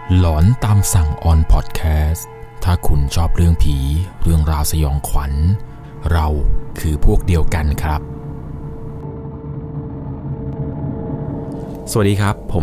หลอนตามสั่งออนพอดแคสต์ถ้าคุณชอบเรื่องผีเรื่องราวสยองขวัญเราคือพวกเดียวกันครับสวัสดีครับผม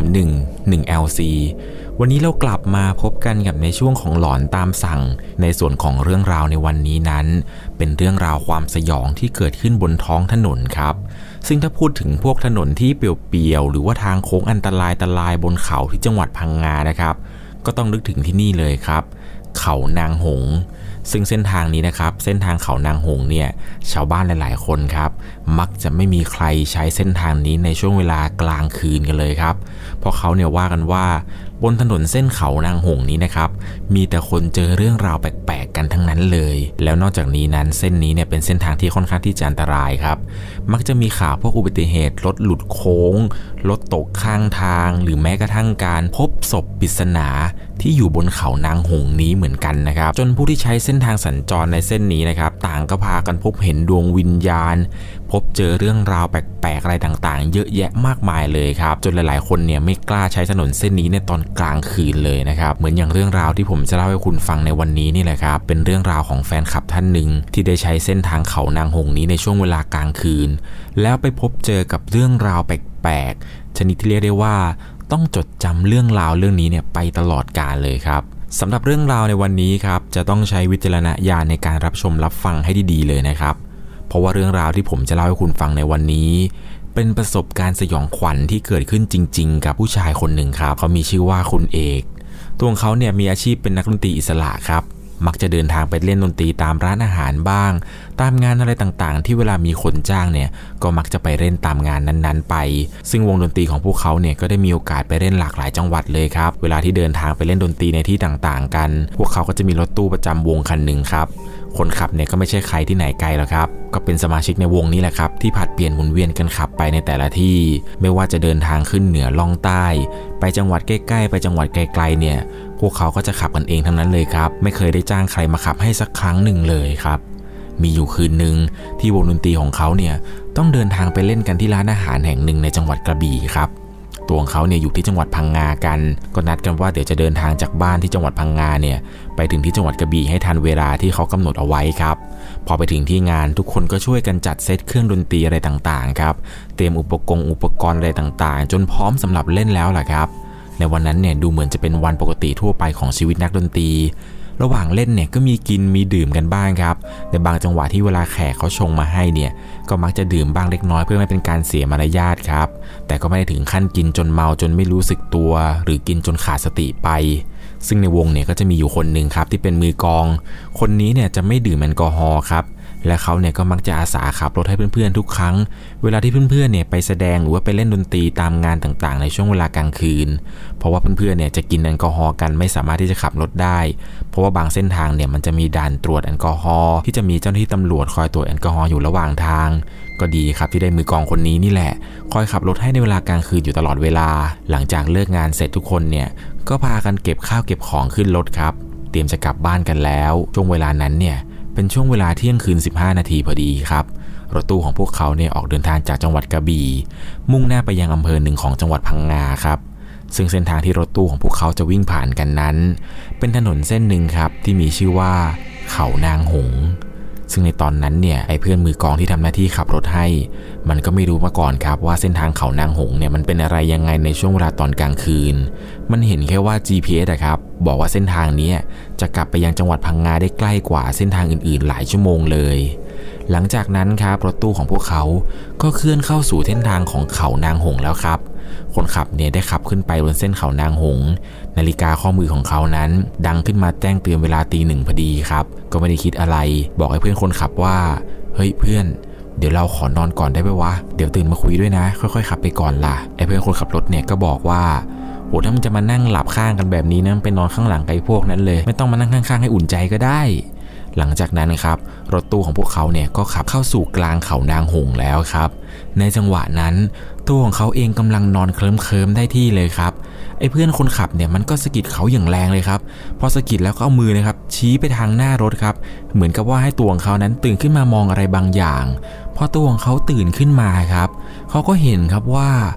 1 LC วันนี้เรากลับมาพบกันกับในช่วงของหลอนตามสั่งในส่วนของเรื่องราวในวันนี้นั้นเป็นเรื่องราวความสยองที่เกิดขึ้นบนท้องถนนครับซึ่งถ้าพูดถึงพวกถนนที่เปลี่ยวๆหรือว่าทางโค้งอันตรายบนเขาที่จังหวัดพังงานะครับก็ต้องนึกถึงที่นี่เลยครับเขานางหงส์ซึ่งเส้นทางนี้นะครับเส้นทางเขานางหงส์เนี่ยชาวบ้านหลายๆคนครับมักจะไม่มีใครใช้เส้นทางนี้ในช่วงเวลากลางคืนกันเลยครับเพราะเขาเนี่ยว่ากันว่าบนถนนเส้นเขานางหงส์นี้นะครับมีแต่คนเจอเรื่องราวแปลกๆกันทั้งนั้นเลยแล้วนอกจากนี้นั้นเส้นนี้เนี่ยเป็นเส้นทางที่ค่อนข้างที่จะอันตรายครับมักจะมีข่าวพวกอุบัติเหตุรถหลุดโค้งรถตกข้างทางหรือแม้กระทั่งการพบศพปริศนาที่อยู่บนเขานางหงส์นี้เหมือนกันนะครับจนผู้ที่ใช้เส้นทางสัญจรในเส้นนี้นะครับต่างก็พากันพบเห็นดวงวิญญาณพบเจอเรื่องราวแปลกๆอะไรต่างๆเยอะแยะมากมายเลยครับจนหลายๆคนเนี่ยไม่กล้าใช้ถนนเส้นนี้ในตอนกลางคืนเลยนะครับเหมือนอย่างเรื่องราวที่ผมจะเล่าให้คุณฟังในวันนี้นี่แหละครับเป็นเรื่องราวของแฟนคลับท่านหนึ่งที่ได้ใช้เส้นทางเขานางหงส์นี้ในช่วงเวลากลางคืนแล้วไปพบเจอกับเรื่องราวแปลกๆชนิดที่เรียกได้ว่าต้องจดจำเรื่องราวเรื่องนี้เนี่ยไปตลอดกาลเลยครับสำหรับเรื่องราวในวันนี้ครับจะต้องใช้วิจารณญาณในการรับชมรับฟังให้ดีๆเลยนะครับเพราะว่าเรื่องราวที่ผมจะเล่าให้คุณฟังในวันนี้เป็นประสบการณ์สยองขวัญที่เกิดขึ้นจริงๆกับผู้ชายคนหนึ่งครับเขามีชื่อว่าคุณเอกตัวของเขาเนี่ยมีอาชีพเป็นนักดนตรีอิสระครับมักจะเดินทางไปเล่นดนตรีตามร้านอาหารบ้างตามงานอะไรต่างๆที่เวลามีคนจ้างเนี่ยก็มักจะไปเล่นตามงานนั้นๆไปซึ่งวงดนตรีของพวกเขาเนี่ยก็ได้มีโอกาสไปเล่นหลากหลายจังหวัดเลยครับเวลาที่เดินทางไปเล่นดนตรีในที่ต่างๆกันพวกเขาก็จะมีรถตู้ประจำวงคันหนึ่งครับคนขับเนี่ยก็ไม่ใช่ใครที่ไหนไกลหรอกครับก็เป็นสมาชิกในวงนี้แหละครับที่ผัดเปลี่ยนหมุนเวียนกันขับไปในแต่ละที่ไม่ว่าจะเดินทางขึ้นเหนือล่องใต้ไปจังหวัดใกล้ๆไปจังหวัดไกลๆเนี่ยพวกเขาก็จะขับกันเองทั้งนั้นเลยครับไม่เคยได้จ้างใครมาขับให้สักครั้งหนึ่งเลยครับมีอยู่คืนนึงที่วงดนตรีของเขาเนี่ยต้องเดินทางไปเล่นกันที่ร้านอาหารแห่งหนึ่งในจังหวัดกระบี่ครับตัวของเขาเนี่ยอยู่ที่จังหวัดพังงากันก็นัดกันว่าเดี๋ยวจะเดินทางจากบ้านที่จังหวัดพังงาเนี่ยไปถึงที่จังหวัดกระบี่ให้ทันเวลาที่เขากำหนดเอาไว้ครับพอไปถึงที่งานทุกคนก็ช่วยกันจัดเซตเครื่องดนตรีอะไรต่างๆครับเตรียมอุปกรณ์อะไรต่างๆจนพร้อมสำหรับเล่นแล้วล่ะครับในวันนั้นเนี่ยดูเหมือนจะเป็นวันปกติทั่วไปของชีวิตนักดนตรีระหว่างเล่นเนี่ยก็มีกินมีดื่มกันบ้างครับแต่บางจังหวะที่เวลาแขกเขาชงมาให้เนี่ยก็มักจะดื่มบ้างเล็กน้อยเพื่อไม่เป็นการเสียมารยาทครับแต่ก็ไม่ได้ถึงขั้นกินจนเมาจนไม่รู้สึกตัวหรือกินจนขาดสติไปซึ่งในวงเนี่ยก็จะมีอยู่คนหนึ่งครับที่เป็นมือกลองคนนี้เนี่ยจะไม่ดื่มแอลกอฮอล์ครับและเขาเนี่ยก็มักจะอาสาขับรถให้เพื่อนๆทุกครั้งเวลาที่เพื่อนๆเนี่ยไปแสดงหรือว่าไปเล่นดนตรีตามงานต่างๆในช่วงเวลากลางคืนเพราะว่าเพื่อนๆเนี่ยจะกินแอลกอฮอล์กันไม่สามารถที่จะขับรถได้เพราะว่าบางเส้นทางเนี่ยมันจะมีด่านตรวจแอลกอฮอล์ที่จะมีเจ้าหน้าที่ตำรวจคอยตรวจแอลกอฮอล์อยู่ระหว่างทางก็ดีครับที่ได้มือกลองคนนี้นี่แหละคอยขับรถให้ในเวลากลางคืนอยู่ตลอดเวลาหลังจากเลิกงานเสร็จทุกคนเนี่ยก็พากันเก็บข้าวเก็บของขึ้นรถครับเตรียมจะกลับบ้านกันแล้วช่วงเวลานั้นเนี่ยเป็นช่วงเวลาเที่ยงคืน15 นาทีพอดีครับรถตู้ของพวกเขาเนี่ยออกเดินทางจากจังหวัดกระบี่มุ่งหน้าไปยังอำเภอหนึ่งของจังหวัดพังงาครับซึ่งเส้นทางที่รถตู้ของพวกเขาจะวิ่งผ่านกันนั้นเป็นถนนเส้นหนึ่งครับที่มีชื่อว่าเขานางหงส์ซึ่งในตอนนั้นเนี่ยไอ้เพื่อนมือกลองที่ทำหน้าที่ขับรถให้มันก็ไม่รู้มาก่อนครับว่าเส้นทางเขานางหงส์เนี่ยมันเป็นอะไรยังไงในช่วงเวลาตอนกลางคืนมันเห็นแค่ว่า GPS ครับบอกว่าเส้นทางนี้จะกลับไปยังจังหวัดพังงาได้ใกล้กว่าเส้นทางอื่นๆหลายชั่วโมงเลยหลังจากนั้นครับรถตู้ของพวกเขาก็เคลื่อนเข้าสู่เส้นทางของเขานางหงส์แล้วครับคนขับเนี่ยได้ขับขึ้นไปบนเส้นเขานางหงส์นาฬิกาข้อมือของเขานั้นดังขึ้นมาแจ้งเตือนเวลา 1:00 พอดีครับก็ไม่ได้คิดอะไรบอกให้เพื่อนคนขับว่าเฮ้ยเพื่อนเดี๋ยวเราขอนอนก่อนได้ไหมวะเดี๋ยวตื่นมาคุยด้วยนะค่อยๆขับไปก่อนล่ะไอ้เพื่อนคนขับรถเนี่ยก็บอกว่าโหถ้ามันจะมานั่งหลับข้างกันแบบนี้นะไปนอนข้างหลังไอ้พวกนั้นเลยไม่ต้องมานั่งข้างๆให้อุ่นใจก็ได้หลังจากนั้นครับรถตู้ของพวกเขาเนี่ยก็ขับเข้าสู่กลางเขานางหงส์แล้วครับในจังหวะนั้นตัวของเขาเองกำลังนอนเคลิ้มๆได้ที่เลยครับไอ้เพื่อนคนขับเนี่ยมันก็สะกิดเขาอย่างแรงเลยครับพอสะกิดแล้วก็เอามือนะครับชี้ไปทางหน้ารถครับเหมือนกับว่าให้ตัวของเขานั้นตื่นขึ้นมามองอะไรบางอย่างพอตัวของเขาตื่นขึ้นมาครับเขาก็เห็นครับว่า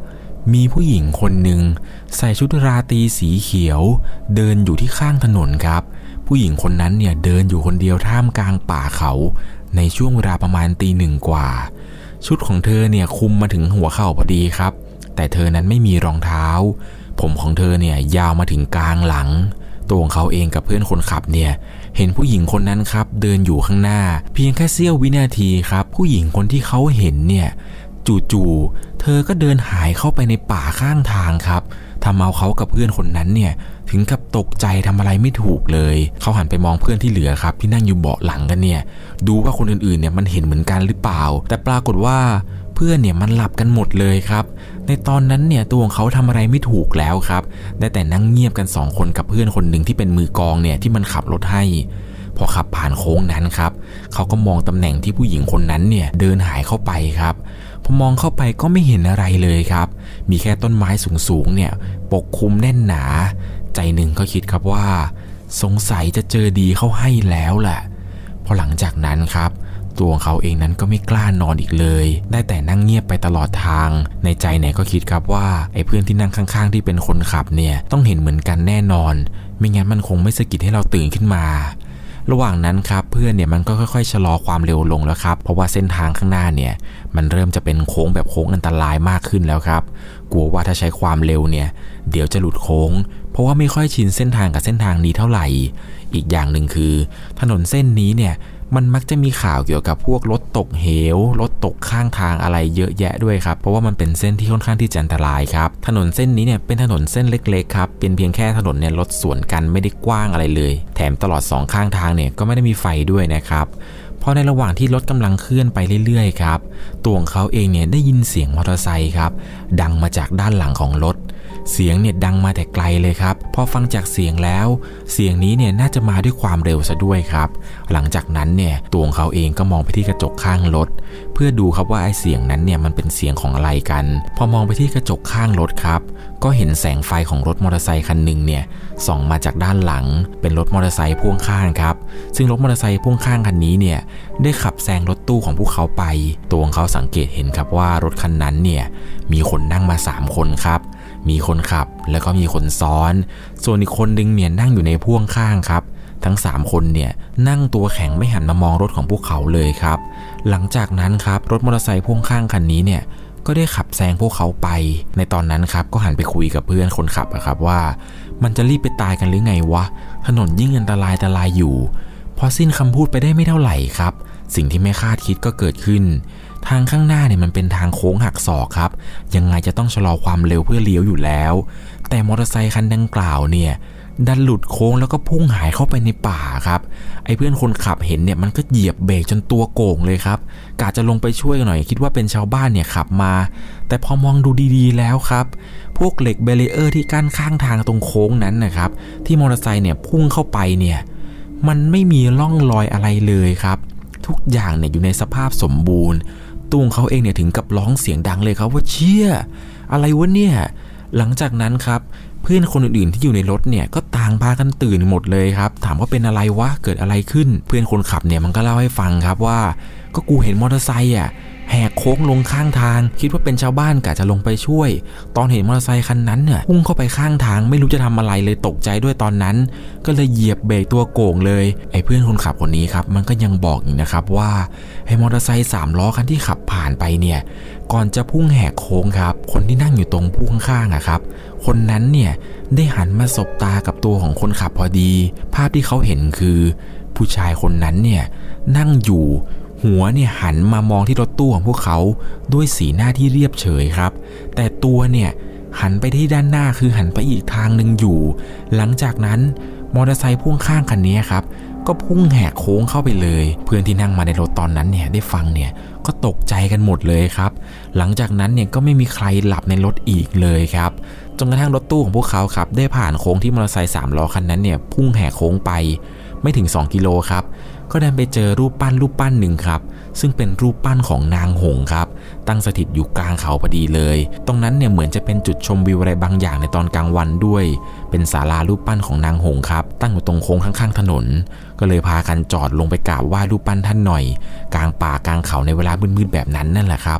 มีผู้หญิงคนหนึ่งใส่ชุดราตรีสีเขียวเดินอยู่ที่ข้างถนนครับผู้หญิงคนนั้นเนี่ยเดินอยู่คนเดียวท่ามกลางป่าเขาในช่วงเวลาประมาณตีหนึ่งกว่าชุดของเธอเนี่ยคลุมมาถึงหัวเข่าพอดีครับแต่เธอนั้นไม่มีรองเท้าผมของเธอเนี่ยยาวมาถึงกลางหลังตัวของเขาเองกับเพื่อนคนขับเนี่ยเห็นผู้หญิงคนนั้นครับเดินอยู่ข้างหน้าเพียงแค่เสี้ยววินาทีครับผู้หญิงคนที่เขาเห็นเนี่ยจู่ๆเธอก็เดินหายเข้าไปในป่าข้างทางครับทำเอาเขากับเพื่อนคนนั้นเนี่ยถึงกับตกใจทำอะไรไม่ถูกเลยเขาหันไปมองเพื่อนที่เหลือครับที่นั่งอยู่เบาะหลังกันเนี่ยดูว่าคนอื่นๆเนี่ยมันเห็นเหมือนกันหรือเปล่าแต่ปรากฏว่าเพื่อนเนี่ยมันหลับกันหมดเลยครับในตอนนั้นเนี่ยตัวของเขาทำอะไรไม่ถูกแล้วครับได้แต่นั่งเงียบกัน2คนกับเพื่อนคนหนึ่งที่เป็นมือกองเนี่ยที่มันขับรถให้พอขับผ่านโค้งนั้นครับเขาก็มองตำแหน่งที่ผู้หญิงคนนั้นเนี่ยเดินหายเข้าไปครับพอมองเข้าไปก็ไม่เห็นอะไรเลยครับมีแค่ต้นไม้สูงๆเนี่ยปกคลุมแน่นหนาใจหนึ่งก็คิดครับว่าสงสัยจะเจอดีเข้าให้แล้วแหละพอหลังจากนั้นครับตัวของเขาเองนั้นก็ไม่กล้านอนอีกเลยได้แต่นั่งเงียบไปตลอดทางในใจเนี่ยก็คิดครับว่าไอ้เพื่อนที่นั่งข้างๆที่เป็นคนขับเนี่ยต้องเห็นเหมือนกันแน่นอนไม่งั้นมันคงไม่สะกิดให้เราตื่นขึ้นมาระหว่างนั้นครับเพื่อนเนี่ยมันก็ค่อยๆชะลอความเร็วลงแล้วครับเพราะว่าเส้นทางข้างหน้าเนี่ยมันเริ่มจะเป็นโค้งแบบโค้งอันตรายมากขึ้นแล้วครับกลัวว่าถ้าใช้ความเร็วเนี่ยเดี๋ยวจะหลุดโค้งเพราะว่าไม่ค่อยชินเส้นทางกับเส้นทางนี้เท่าไหร่อีกอย่างหนึ่งคือถนนเส้นนี้เนี่ยมันมักจะมีข่าวเกี่ยวกับพวกรถตกเหวรถตกข้างทางอะไรเยอะแยะด้วยครับเพราะว่ามันเป็นเส้นที่ค่อนข้างที่จะอันตรายครับถนนเส้นนี้เนี่ยเป็นถนนเส้นเล็กๆครับเป็นเพียงแค่ถนนเนี่ยรถสวนกันไม่ได้กว้างอะไรเลยแถมตลอด2ข้างทางเนี่ยก็ไม่ได้มีไฟด้วยนะครับพอในระหว่างที่รถกำลังเคลื่อนไปเรื่อยๆครับตัวของเขาเองเนี่ยได้ยินเสียงมอเตอร์ไซค์ครับดังมาจากด้านหลังของรถเสียงเนี่ยดังมาแต่ไกลเลยครับพอฟังจากเสียงแล้วเสียงนี้เนี่ยน่าจะมาด้วยความเร็วซะด้วยครับหลังจากนั้นเนี่ยตัวของเขาเองก็มองไปที่กระจกข้างรถเพื่อดูครับว่าไอ้เสียงนั้นเนี่ยมันเป็นเสียงของอะไรกันพอมองไปที่กระจกข้างรถครับก็เห็นแสงไฟของรถมอเตอร์ไซค์คันหนึ่งเนี่ยส่องมาจากด้านหลังเป็นรถมอเตอร์ไซค์พ่วงข้างครับซึ่งรถมอเตอร์ไซค์พ่วงข้างคันนี้เนี่ยได้ขับแซงรถตู้ของพวกเขาไปตัวของเขาสังเกตเห็นครับว่ารถคันนั้นเนี่ยมีคนนั่งมา3คนครับมีคนขับแล้วก็มีคนซ้อนส่วนอีกคนนึงเนี่ยนั่งอยู่ในพ่วงข้างครับทั้ง3คนเนี่ยนั่งตัวแข็งไม่หันมามองรถของพวกเขาเลยครับหลังจากนั้นครับรถมอเตอร์ไซค์พ่วงข้างคันนี้เนี่ยก็ได้ขับแซงพวกเขาไปในตอนนั้นครับก็หันไปคุยกับเพื่อนคนขับครับว่ามันจะรีบไปตายกันหรือไงวะถนนยิ่งอันตรายอยู่พอสิ้นคำพูดไปได้ไม่เท่าไหร่ครับสิ่งที่ไม่คาดคิดก็เกิดขึ้นทางข้างหน้าเนี่ยมันเป็นทางโค้งหักศอกครับยังไงจะต้องชะลอความเร็วเพื่อเลี้ยวอยู่แล้วแต่มอเตอร์ไซค์คันดังกล่าวเนี่ยดันหลุดโค้งแล้วก็พุ่งหายเข้าไปในป่าครับไอ้เพื่อนคนขับเห็นเนี่ยมันก็เหยียบเบรกจนตัวโก่งเลยครับกะจะลงไปช่วยหน่อยคิดว่าเป็นชาวบ้านเนี่ยขับมาแต่พอมองดูดีๆแล้วครับพวกเหล็กเบรีเออร์ที่กั้นข้างทางตรงโค้งนั้นนะครับที่มอเตอร์ไซค์เนี่ยพุ่งเข้าไปเนี่ยมันไม่มีร่องรอยอะไรเลยครับทุกอย่างเนี่ยอยู่ในสภาพสมบูรณ์ตัวเขาเองเนี่ยถึงกับร้องเสียงดังเลยครับว่าเชี่ยอะไรวะเนี่ยหลังจากนั้นครับเพื่อนคนอื่นๆที่อยู่ในรถเนี่ยก็ต่างพากันตื่นหมดเลยครับถามว่าเป็นอะไรวะเกิดอะไรขึ้นเพื่อนคนขับเนี่ยมันก็เล่าให้ฟังครับว่าก็กูเห็นมอเตอร์ไซค์แหกโค้งลงข้างทางคิดว่าเป็นชาวบ้านกะจะลงไปช่วยตอนเห็นมอเตอร์ไซค์คันนั้นเนี่ยพุ่งเข้าไปข้างทางไม่รู้จะทำอะไรเลยตกใจด้วยตอนนั้นก็เลยเหยียบเบรกตัวโก่งเลยไอ้เพื่อนคนขับคนนี้ครับมันก็ยังบอกอีกนะครับว่าไอ้มอเตอร์ไซค์3ล้อคันที่ขับผ่านไปเนี่ยก่อนจะพุ่งแหกโค้งครับคนที่นั่งอยู่ตรงพ่วงข้างครับคนนั้นเนี่ยได้หันมาสบตากับตัวของคนขับพอดีภาพที่เขาเห็นคือผู้ชายคนนั้นเนี่ยนั่งอยู่หัวเนี่ยหันมามองที่รถตู้ของพวกเขาด้วยสีหน้าที่เรียบเฉยครับแต่ตัวเนี่ยหันไปที่ด้านหน้าคือหันไปอีกทางนึงอยู่หลังจากนั้นมอเตอร์ไซค์พ่วงข้างคันนี้ครับก็พุ่งแหกโค้งเข้าไปเลยเพื่อนที่นั่งมาในรถตอนนั้นเนี่ยได้ฟังเนี่ยก็ตกใจกันหมดเลยครับหลังจากนั้นเนี่ยก็ไม่มีใครหลับในรถอีกเลยครับจนกระทั่งรถตู้ของพวกเขาครับได้ผ่านโค้งที่มอเตอร์ไซค์3ล้อคันนั้นเนี่ยพุ่งแหกโค้งไปไม่ถึง2กิโลครับก็ได้ไปเจอรูปปั้นหนึ่งครับซึ่งเป็นรูปปั้นของนางหงส์ครับตั้งสถิตอยู่กลางเขาพอดีเลยตรงนั้นเนี่ยเหมือนจะเป็นจุดชมวิวอะไรบางอย่างในตอนกลางวันด้วยเป็นศาลารูปปั้นของนางหงส์ครับตั้งอยู่ตรงโค้งข้างๆถนนก็เลยพากันจอดลงไปกราบไหว้รูปปั้นท่านหน่อยกลางป่ากลางเขาในเวลามืดๆแบบนั้นนั่นแหละครับ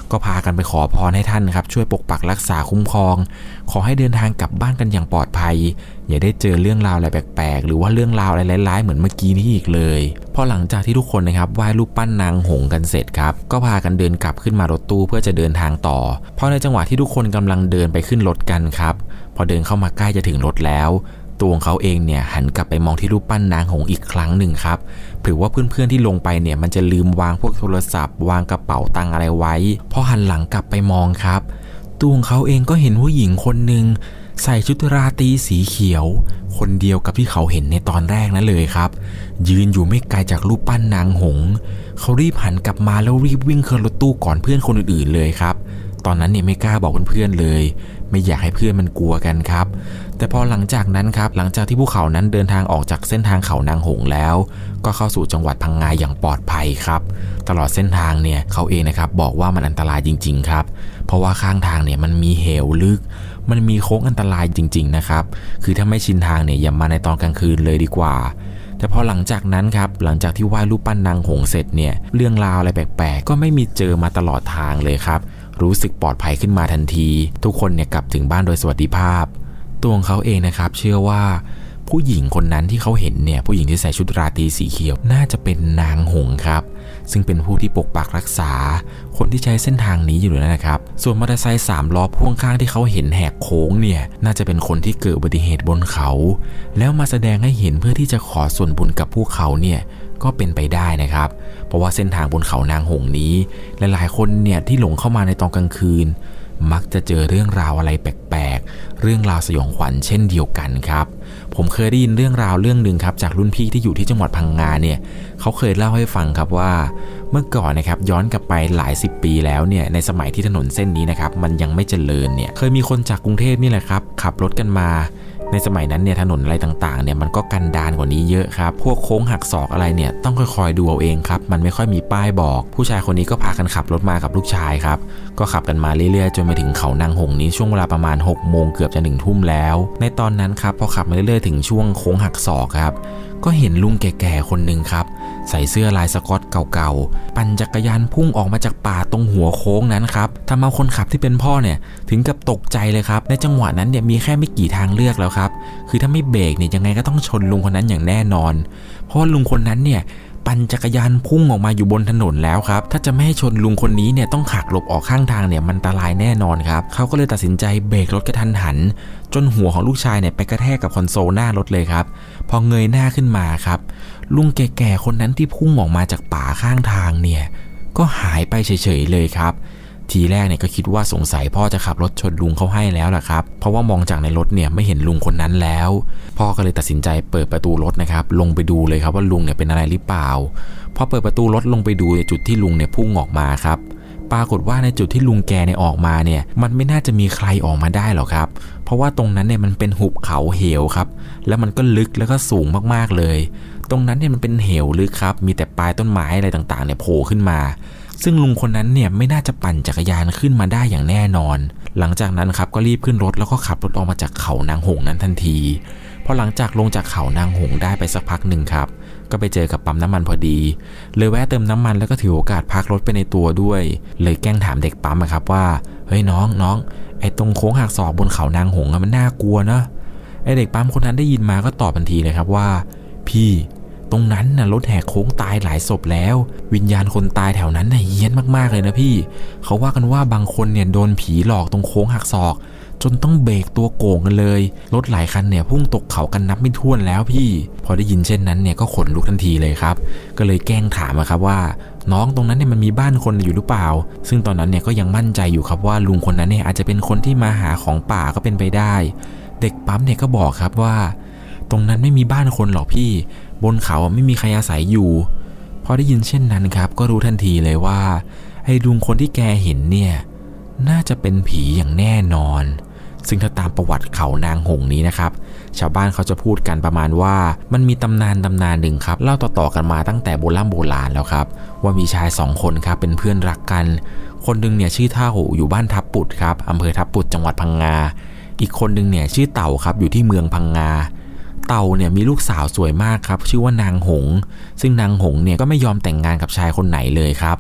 ก็พากันไปขอพรให้ท่านครับช่วยปกปักรักษาคุ้มครองขอให้เดินทางกลับบ้านกันอย่างปลอดภัยอย่าได้เจอเรื่องราวอะไรแปลกๆหรือว่าเรื่องราวอะไรร้ายๆเหมือนเมื่อกี้นี้อีกเลยพอหลังจากที่ทุกคนนะครับไหว้รูปปั้นนางหงส์กันเสร็จครับก็พากันเดินกลับขึ้นมารถตู้เพื่อจะเดินทางต่อเพราะในจังหวะที่ทุกคนกำลังเดินไปขึ้นรถกันครับพอเดินเข้ามาใกล้จะถึงรถแล้วตัวของเขาเองเนี่ยหันกลับไปมองที่รูปปั้นนางหงส์อีกครั้งหนึ่งครับหรือว่าเพื่อนๆที่ลงไปเนี่ยมันจะลืมวางพวกโทรศัพท์วางกระเป๋าตังค์อะไรไว้พอหันหลังกลับไปมองครับตัวของเขาเองก็เห็นผู้หญิงคนหนึ่งใส่ชุดราตรีสีเขียวคนเดียวกับที่เขาเห็นในตอนแรกนั่นเลยครับยืนอยู่ไม่ไกลจากรูปปั้นนางหงส์เขารีบหันกลับมาแล้วรีบวิ่งขึ้นรถตู้ก่อนเพื่อนคนอื่นๆเลยครับตอนนั้นเนี่ยไม่กล้าบอกเพื่อนๆเลยไม่อยากให้เพื่อนมันกลัวกันครับแต่พอหลังจากนั้นครับหลังจากที่พวกเขานั้นเดินทางออกจากเส้นทางเขานางหงส์แล้วก็เข้าสู่จังหวัดพังงาอย่างปลอดภัยครับตลอดเส้นทางเนี่ยเขาเองนะครับบอกว่ามันอันตรายจริงๆครับเพราะว่าข้างทางเนี่ยมันมีเหวลึกมันมีโค้งอันตรายจริงๆนะครับคือถ้าไม่ชินทางเนี่ยอย่ามาในตอนกลางคืนเลยดีกว่าแต่พอหลังจากนั้นครับหลังจากที่ไหว้รูปปั้นนางหงส์เสร็จเนี่ยเรื่องราวอะไรแปลกๆก็ไม่มีเจอมาตลอดทางเลยครับรู้สึกปลอดภัยขึ้นมาทันทีทุกคนเนี่ยกลับถึงบ้านโดยสวัสดิภาพตัวของเขาเองนะครับเชื่อว่าผู้หญิงคนนั้นที่เขาเห็นเนี่ยผู้หญิงที่ใส่ชุดราตรีสีเขียวน่าจะเป็นนางหงส์ครับซึ่งเป็นผู้ที่ปกปักรักษาคนที่ใช้เส้นทางนี้อยู่แล้วนะครับส่วนมอเตอร์ไซค์3ล้อพ่วงข้างที่เขาเห็นแหกโค้งเนี่ยน่าจะเป็นคนที่เกิดอุบัติเหตุบนเขาแล้วมาแสดงให้เห็นเพื่อที่จะขอส่วนบุญกับพวกเขาเนี่ยก็เป็นไปได้นะครับเพราะว่าเส้นทางบนเขานางหงส์นี้หลายๆคนเนี่ยที่หลงเข้ามาในตอนกลางคืนมักจะเจอเรื่องราวอะไรแปลกๆเรื่องราวสยองขวัญเช่นเดียวกันครับผมเคยได้ยินเรื่องราวเรื่องนึงครับจากรุ่นพี่ที่อยู่ที่จังหวัดพังงาเนี่ยเขาเคยเล่าให้ฟังครับว่าเมื่อก่อนนะครับย้อนกลับไปหลาย10ปีแล้วเนี่ยในสมัยที่ถนนเส้นนี้นะครับมันยังไม่เจริญเนี่ยเคยมีคนจากกรุงเทพนี่แหละครับขับรถกันมาในสมัยนั้นเนี่ยถนนอะไรต่างๆเนี่ยมันก็กันดารกว่านี้เยอะครับพวกโค้งหักศอกอะไรเนี่ยต้องค่อยๆดูเอาเองครับมันไม่ค่อยมีป้ายบอกผู้ชายคนนี้ก็พากันขับรถมากับลูกชายครับก็ขับกันมาเรื่อยๆจนไปถึงเขานางหงส์นี้ช่วงเวลาประมาณ6 โมงเกือบจะ1 ทุ่มแล้วในตอนนั้นครับพอขับมาเรื่อยๆถึงช่วงโค้งหักศอกครับก็เห็นลุงแก่ๆคนหนึ่งครับใส่เสื้อลายสก๊อตเก่าๆปั่นจักรยานพุ่งออกมาจากป่าตรงหัวโค้งนั้นครับทำเอาคนขับที่เป็นพ่อเนี่ยถึงกับตกใจเลยครับในจังหวะนั้นเนี่ยมีแค่ไม่กี่ทางเลือกแล้วครับคือถ้าไม่เบรกเนี่ยยังไงก็ต้องชนลุงคนนั้นอย่างแน่นอนเพราะลุงคนนั้นเนี่ยปั่นจักรยานพุ่งออกมาอยู่บนถนนแล้วครับถ้าจะไม่ให้ชนลุงคนนี้เนี่ยต้องหักหลบออกข้างทางเนี่ยมันอันตรายแน่นอนครับเขาก็เลยตัดสินใจเบรกรถกระทันหันจนหัวของลูกชายเนี่ยไปกระแทกกับคอนโซลหน้ารถเลยครับพอเงยหน้าขึ้นมาครับลุงแก่ๆคนนั้นที่พุ่งออกมาจากป่าข้างทางเนี่ยก็หายไปเฉยๆเลยครับทีแรกเนี่ยก็คิดว่าสงสัยพ่อจะขับรถชนลุงเขาให้แล้วล่ะครับเพราะว่ามองจากในรถเนี่ยไม่เห็นลุงคนนั้นแล้วพ่อก็เลยตัดสินใจเปิดประตูรถนะครับลงไปดูเลยครับว่าลุงเนี่ยเป็นอะไรหรือเปล่าพอเปิดประตูรถลงไปดูในจุดที่ลุงเนี่ยพุ่งออกมาครับปรากฏว่าในจุดที่ลุงแกเนี่ยออกมาเนี่ยมันไม่น่าจะมีใครออกมาได้หรอกครับเพราะว่าตรงนั้นเนี่ยมันเป็นหุบเขาเหวครับแล้วมันก็ลึกแล้วก็สูงมากๆเลยตรงนั้นเนี่ยมันเป็นเหวลึกครับมีแต่ปลายต้นไม้อะไรต่างๆเนี่ยโผล่ขึ้นมาซึ่งลุงคนนั้นเนี่ยไม่น่าจะปั่นจักรยานขึ้นมาได้อย่างแน่นอนหลังจากนั้นครับก็รีบขึ้นรถแล้วก็ขับรถออกมาจากเขานางหงส์นั้นทันทีพอหลังจากลงจากเขานางหงส์ได้ไปสักพักหนึ่งครับก็ไปเจอกับปั๊มน้ำมันพอดีเลยแวะเติมน้ำมันแล้วก็ถือโอกาสพักรถไปในตัวด้วยเลยแกล้งถามเด็กปั๊มครับว่าเฮ้ยน้องไอ้ตรงโค้งหักศอกบนเขานางหงส์มันน่ากลัวนะไอ้เด็กปั๊มคนนั้นได้ยินมาก็ตอบทันทีเลยครับว่าพี่ตรงนั้นน่ะรถแหกโค้งตายหลายศพแล้ววิญญาณคนตายแถวนั้นน่ะเฮี้ยนมากๆเลยนะพี่เขาว่ากันว่าบางคนเนี่ยโดนผีหลอกตรงโค้งหักศอกจนต้องเบรกตัวโก่งกันเลยรถหลายคันเนี่ยพุ่งตกเขากันนับไม่ถ้วนแล้วพี่พอได้ยินเช่นนั้นเนี่ยก็ขนลุกทันทีเลยครับก็เลยแกล้งถามครับว่าน้องตรงนั้นเนี่ยมันมีบ้านคนอยู่หรือเปล่าซึ่งตอนนั้นเนี่ยก็ยังมั่นใจอยู่ครับว่าลุงคนนั้นเนี่ยอาจจะเป็นคนที่มาหาของป่าก็เป็นไปได้เด็กปั๊มเนี่ยก็บอกครับว่าตรงนั้นไม่มีบ้านคนหรอกพี่บนเขาไม่มีใครอาศัยอยู่พอได้ยินเช่นนั้นครับก็รู้ทันทีเลยว่าไอ้ลุงคนที่แกเห็นเนี่ยน่าจะเป็นผีอย่างแน่นอนซึ่งถ้าตามประวัติเขานางหงส์นี้นะครับชาวบ้านเขาจะพูดกันประมาณว่ามันมีตำนานหนึ่งครับเล่าต่อๆกันมาตั้งแต่โบราณแล้วครับว่ามีชาย2 คนครับเป็นเพื่อนรักกันคนนึงเนี่ยชื่อท่าหูอยู่บ้านทับปุดครับอำเภอทับปุดจังหวัดพังงาอีกคนนึงเนี่ยชื่อเต่าครับอยู่ที่เมืองพังงาเต่าเนี่ยมีลูกสาวสวยมากครับชื่อว่านางหงส์ซึ่งนางหงส์เนี่ยก็ไม่ยอมแต่งงานกับชายคนไหนเลยครับ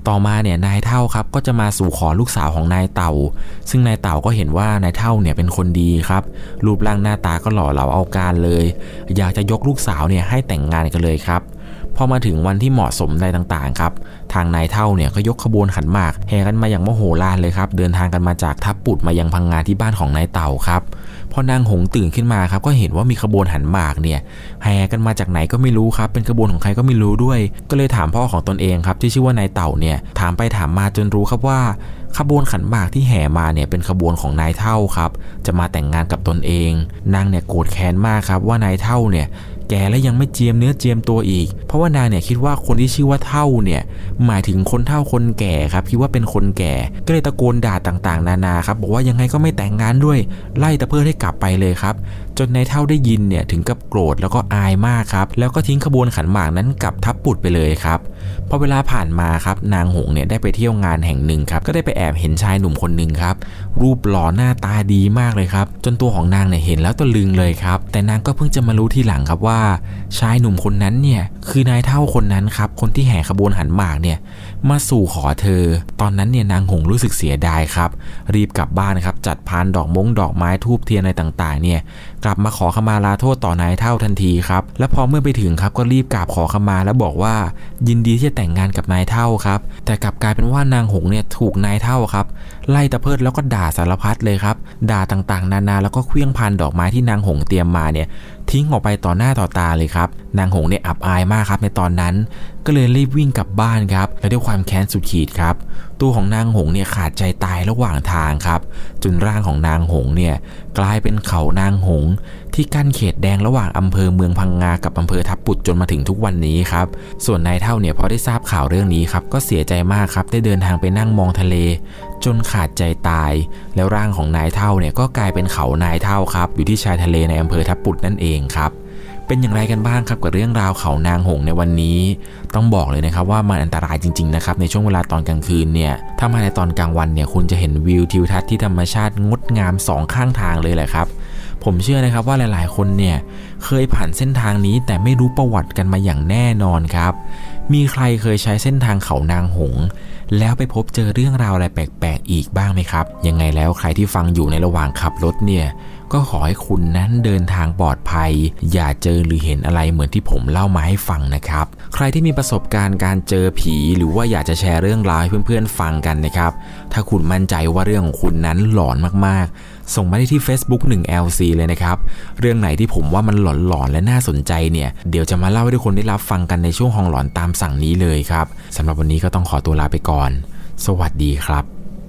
ต่อมาเนี่ยนายเท่าครับก็จะมาสู่ขอลูกสาวของนายเต่าซึ่งนายเต่าก็เห็นว่านายเท่าเนี่ยเป็นคนดีครับรูปร่างหน้าตาก็หล่อเหลาเอาการเลยอยากจะยกลูกสาวเนี่ยให้แต่งงานกันเลยครับพอมาถึงวันที่เหมาะสมอะไรต่างๆครับทางนายเท่าเนี่ยก็ยกขบวนขันหมากแห่กันมาอย่างมโหฬารเลยครับเดินทางกันมาจากทับปุดมายังพังงาที่บ้านของนายเต่าครับพอนางหงตื่นขึ้นมาครับก็เห็นว่ามีขบวนขันหมากเนี่ยแห่กันมาจากไหนก็ไม่รู้ครับเป็นขบวนของใครก็ไม่รู้ด้วยก็เลยถามพ่อของตนเองครับที่ชื่อว่านายเต่าเนี่ยถามไปถามมาจนรู้ครับว่าขบวนขันหมากที่แห่มาเนี่ยเป็นขบวนของนายเท่าครับจะมาแต่งงานกับตนเองนางเนี่ยโกรธแค้นมากครับว่านายเท่าเนี่ยแก่และยังไม่เจียมเนื้อเจียมตัวอีกเพราะว่านางเนี่ยคิดว่าคนที่ชื่อว่าเท่าเนี่ยหมายถึงคนเฒ่าคนแก่ครับคิดว่าเป็นคนแก่ก็เลยตะโกนด่าต่างๆนานาครับบอกว่ายังไงก็ไม่แต่งงานด้วยไล่ตะเพิดให้กลับไปเลยครับจนนายเท่าได้ยินเนี่ยถึงกับโกรธแล้วก็อายมากครับแล้วก็ทิ้งขบวนขันหมากนั้นกลับทับปุดไปเลยครับพอเวลาผ่านมาครับนางหงเนี่ยได้ไปเที่ยวงานแห่งหนึ่งครับก็ได้ไปแอบเห็นชายหนุ่มคนหนึ่งครับรูปหล่อหน้าตาดีมากเลยครับจนตัวของนางเนี่ยเห็นแล้วตะลึงเลยครับแต่นางก็เพิ่งจะมารู้ทีหลังครับว่าชายหนุ่มคนนั้นเนี่ยคือนายเท่าคนนั้นครับคนที่แห่ขบวนขันหมากเนี่ยมาสู่ขอเธอตอนนั้นเนี่ยนางหงรู้สึกเสียดายครับรีบกลับบ้านครับจัดพานดอกไม้ธูปเทียนอะไรต่างๆเนี่ยกลับมาขอขมาลาโทษต่อนายเท่าทันทีครับและพอเมื่อไปถึงครับก็รีบกราบขอขมาแล้วบอกว่ายินดีที่จะแต่งงานกับนายเท่าครับแต่กลับกลายเป็นว่านางหงเนี่ยถูกนายเท่าครับไล่ตะเพิดแล้วก็ด่าสารพัดเลยครับด่าต่างๆนานาแล้วก็เคลื่องพานดอกไม้ที่นางหงเตรียมมาเนี่ยทิ้งออกไปต่อหน้าต่อตาเลยครับนางหงเนี่ยอับอายมากครับในตอนนั้นก็เลยรีบวิ่งกลับบ้านครับและด้วยความแค้นสุดขีดครับตัวของนางหงเนี่ยขาดใจตายระหว่างทางครับจนร่างของนางหงเนี่ยกลายเป็นเขานางหงที่กั้นเขตแดงระหว่างอำเภอเมืองพังงากับอำเภอทับปุดจนมาถึงทุกวันนี้ครับส่วนนายเท่าเนี่ยพอได้ทราบข่าวเรื่องนี้ครับก็เสียใจมากครับได้เดินทางไปนั่งมองทะเลจนขาดใจตายแล้วร่างของนายเท่าเนี่ยก็กลายเป็นเขานายเท่าครับอยู่ที่ชายทะเลในอำเภอทับปุดนั่นเองครับเป็นอย่างไรกันบ้างครับกับเรื่องราวเขานางหงในวันนี้ต้องบอกเลยนะครับว่ามันอันตรายจริงๆนะครับในช่วงเวลาตอนกลางคืนเนี่ยถ้ามาในตอนกลางวันเนี่ยคุณจะเห็นวิวทิวทัศน์ที่ธรรมชาติงดงามสองข้างทางเลยแหละครับผมเชื่อนะครับว่าหลายๆคนเนี่ยเคยผ่านเส้นทางนี้แต่ไม่รู้ประวัติกันมาอย่างแน่นอนครับมีใครเคยใช้เส้นทางเขานางหงแล้วไปพบเจอเรื่องราวอะไรแปลกๆอีกบ้างไหมครับยังไงแล้วใครที่ฟังอยู่ในระหว่างขับรถเนี่ยก็ขอให้คุณนั้นเดินทางปลอดภัยอย่าเจอหรือเห็นอะไรเหมือนที่ผมเล่ามาให้ฟังนะครับใครที่มีประสบการณ์การเจอผีหรือว่าอยากจะแชร์เรื่องราวให้เพื่อนๆฟังกันนะครับถ้าคุณมั่นใจว่าเรื่องของคุณนั้นหลอนมากๆส่งมาได้ที่ Facebook 1LC เลยนะครับเรื่องไหนที่ผมว่ามันหลอนๆและน่าสนใจเนี่ยเดี๋ยวจะมาเล่าให้ทุกคนได้รับฟังกันในช่วงห้องหลอนตามสั่งนี้เลยครับสำหรับวันนี้ก็ต้องขอตัวลาไปก่อนสวัสดีครับ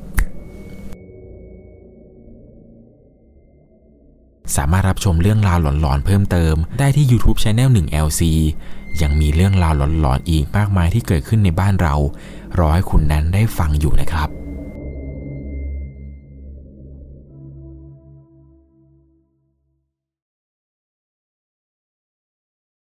สามารถรับชมเรื่องราวหลอนๆเพิ่มเติมได้ที่ YouTube Channel 1LC ยังมีเรื่องราวหลอนๆอีกมากมายที่เกิดขึ้นในบ้านเรารอให้คุณนั้นได้ฟังอยู่นะครับ